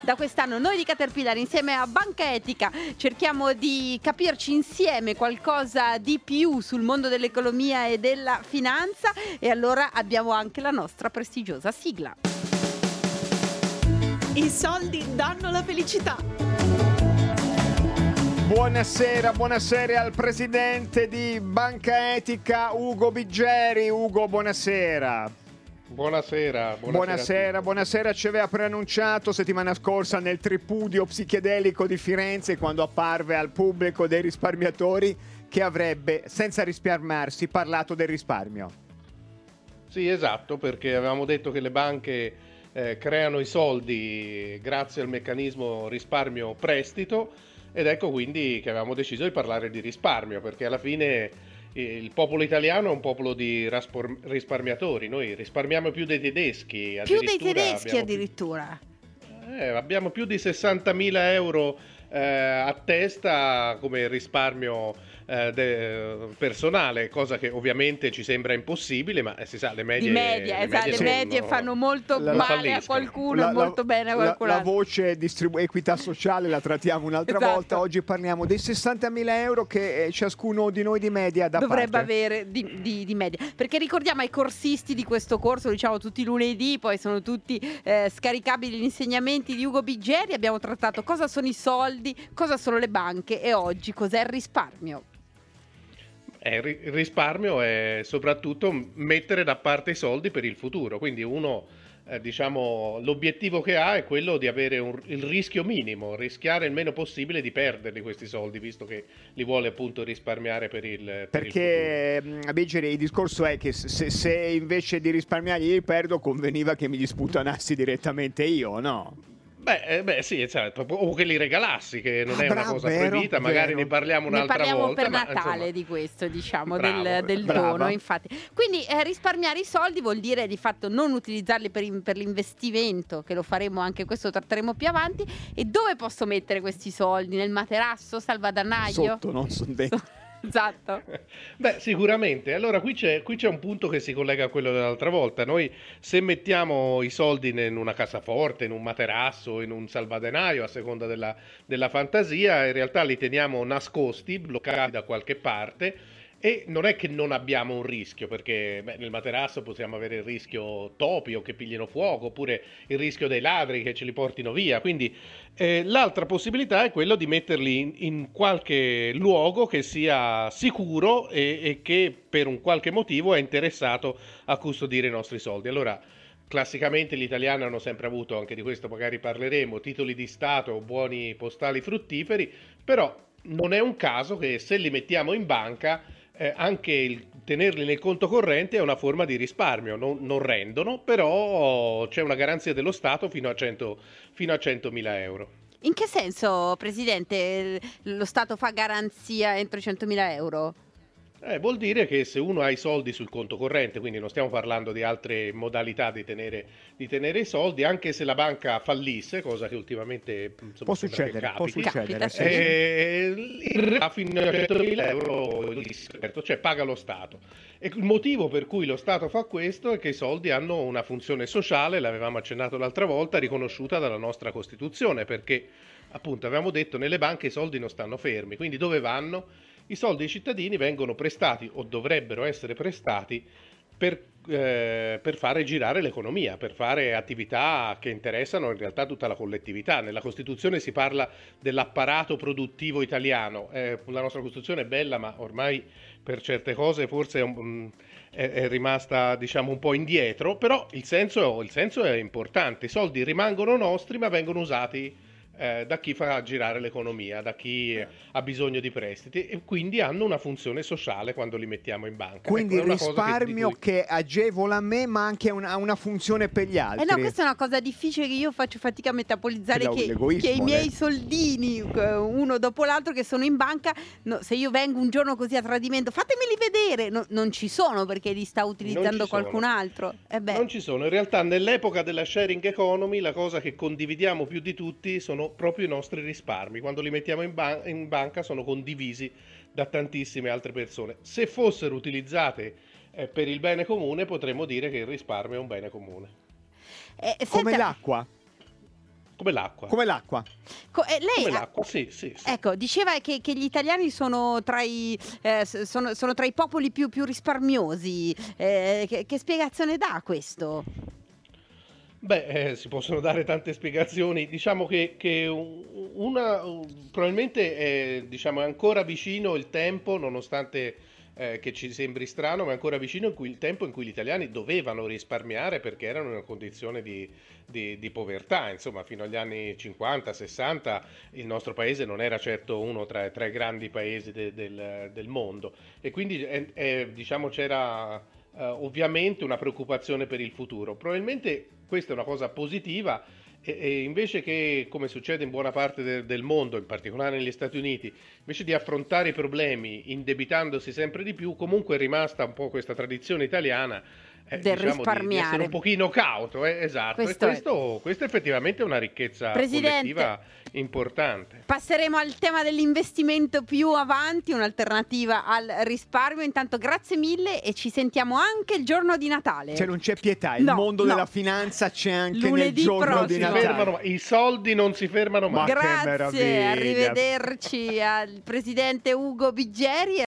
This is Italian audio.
Da quest'anno noi di Caterpillar insieme a Banca Etica cerchiamo di capirci insieme qualcosa di più sul mondo dell'economia e della finanza, e allora abbiamo anche la nostra prestigiosa sigla. I soldi danno la felicità. Buonasera al presidente di Banca Etica, Ugo Biggeri. Ugo, buonasera. Buonasera, ci aveva preannunciato settimana scorsa nel tripudio psichedelico di Firenze, quando apparve al pubblico dei risparmiatori, che avrebbe, senza risparmiarsi, parlato del risparmio. Sì, esatto, perché avevamo detto che le banche creano i soldi grazie al meccanismo risparmio-prestito, ed ecco quindi che avevamo deciso di parlare di risparmio, perché alla fine il popolo italiano è un popolo di risparmiatori. Noi risparmiamo più dei tedeschi. Addirittura. Abbiamo più di 60.000 euro a testa come risparmio personale, cosa che ovviamente ci sembra impossibile, ma si sa, le medie fanno molto male a qualcuno e molto bene a qualcun altro. La voce equità sociale la trattiamo un'altra volta. Oggi parliamo dei 60.000 euro che ciascuno di noi di media dovrebbe avere di media, perché ricordiamo ai corsisti di questo corso, lo diciamo tutti i lunedì, poi sono tutti scaricabili gli insegnamenti di Ugo Biggeri. Abbiamo trattato cosa sono i soldi, cosa sono le banche e oggi cos'è il risparmio. Il risparmio è soprattutto mettere da parte i soldi per il futuro, quindi uno, l'obiettivo che ha è quello di avere il rischio minimo, rischiare il meno possibile di perderli questi soldi, visto che li vuole appunto risparmiare per il futuro. Perché Biggeri, il discorso è che se invece di risparmiarli li perdo, conveniva che mi li sputanassi direttamente io, no? Beh, sì, certo. O che li regalassi, che non è una cosa proibita, magari ne parliamo un'altra volta. Ne parliamo per Natale di questo, del dono, infatti. Quindi risparmiare i soldi vuol dire di fatto non utilizzarli per l'investimento, che lo faremo, anche questo tratteremo più avanti. E dove posso mettere questi soldi? Nel materasso, salvadanaio? Sotto, non sono dentro. Esatto. Beh, sicuramente. Allora qui c'è un punto che si collega a quello dell'altra volta. Noi, se mettiamo i soldi in una cassaforte, in un materasso, in un salvadanaio, a seconda della fantasia, in realtà li teniamo nascosti, bloccati da qualche parte. E non è che non abbiamo un rischio, perché nel materasso possiamo avere il rischio topi o che piglino fuoco, oppure il rischio dei ladri che ce li portino via. Quindi l'altra possibilità è quello di metterli in qualche luogo che sia sicuro e che per un qualche motivo è interessato a custodire i nostri soldi. Allora, classicamente gli italiani hanno sempre avuto, anche di questo magari parleremo, titoli di Stato o buoni postali fruttiferi, però non è un caso che se li mettiamo in banca, anche il tenerli nel conto corrente è una forma di risparmio. Non rendono, però c'è una garanzia dello Stato fino a 100.000 euro. In che senso, Presidente, lo Stato fa garanzia entro i 100.000 euro? Vuol dire che se uno ha i soldi sul conto corrente, quindi non stiamo parlando di altre modalità di tenere i soldi, anche se la banca fallisse, cosa che ultimamente può succedere, fino a 100.000 euro, cioè paga lo Stato. E il motivo per cui lo Stato fa questo è che i soldi hanno una funzione sociale, l'avevamo accennato l'altra volta, riconosciuta dalla nostra Costituzione, perché appunto avevamo detto nelle banche i soldi non stanno fermi, quindi dove vanno? I soldi dei cittadini vengono prestati o dovrebbero essere prestati per fare girare l'economia, per fare attività che interessano in realtà tutta la collettività. Nella Costituzione si parla dell'apparato produttivo italiano. La nostra Costituzione è bella, ma ormai per certe cose forse è rimasta, diciamo, un po' indietro, però il senso è importante. I soldi rimangono nostri, ma vengono usati da chi fa girare l'economia, da chi ha bisogno di prestiti, e quindi hanno una funzione sociale quando li mettiamo in banca. Quindi il risparmio che agevola me, ma anche una funzione per gli altri. No, questa è una cosa difficile che io faccio fatica a metapolizzare, che i miei soldini, uno dopo l'altro, che sono in banca, se io vengo un giorno così a tradimento, fatemeli vedere, non ci sono, perché li sta utilizzando qualcun altro. Non ci sono. In realtà nell'epoca della sharing economy la cosa che condividiamo più di tutti sono proprio i nostri risparmi. Quando li mettiamo in banca sono condivisi da tantissime altre persone. Se fossero utilizzate per il bene comune, potremmo dire che il risparmio è un bene comune. Come l'acqua. Come l'acqua. Come l'acqua. Lei, Come l'acqua, sì. ecco, diceva che gli italiani sono tra i popoli più risparmiosi. Che spiegazione dà a questo? Beh, si possono dare tante spiegazioni. Diciamo che probabilmente diciamo, è ancora vicino il tempo, nonostante che ci sembri strano, ma è ancora vicino il tempo in cui gli italiani dovevano risparmiare perché erano in una condizione di povertà. Insomma, fino agli anni 50-60 il nostro paese non era certo uno tra i grandi paesi del mondo, e quindi diciamo c'era ovviamente una preoccupazione per il futuro. Probabilmente questa è una cosa positiva, e invece che, come succede in buona parte del mondo, in particolare negli Stati Uniti, invece di affrontare i problemi indebitandosi sempre di più, comunque è rimasta un po' questa tradizione italiana del risparmiare, di essere un pochino cauto, esatto. Questo effettivamente è una ricchezza collettiva importante. Passeremo al tema dell'investimento più avanti, un'alternativa al risparmio. Intanto grazie mille e ci sentiamo anche il giorno di Natale. Cioè non c'è pietà, il mondo della finanza c'è anche lunedì nel giorno di Natale. I soldi non si fermano mai. Grazie, arrivederci al presidente Ugo Biggeri.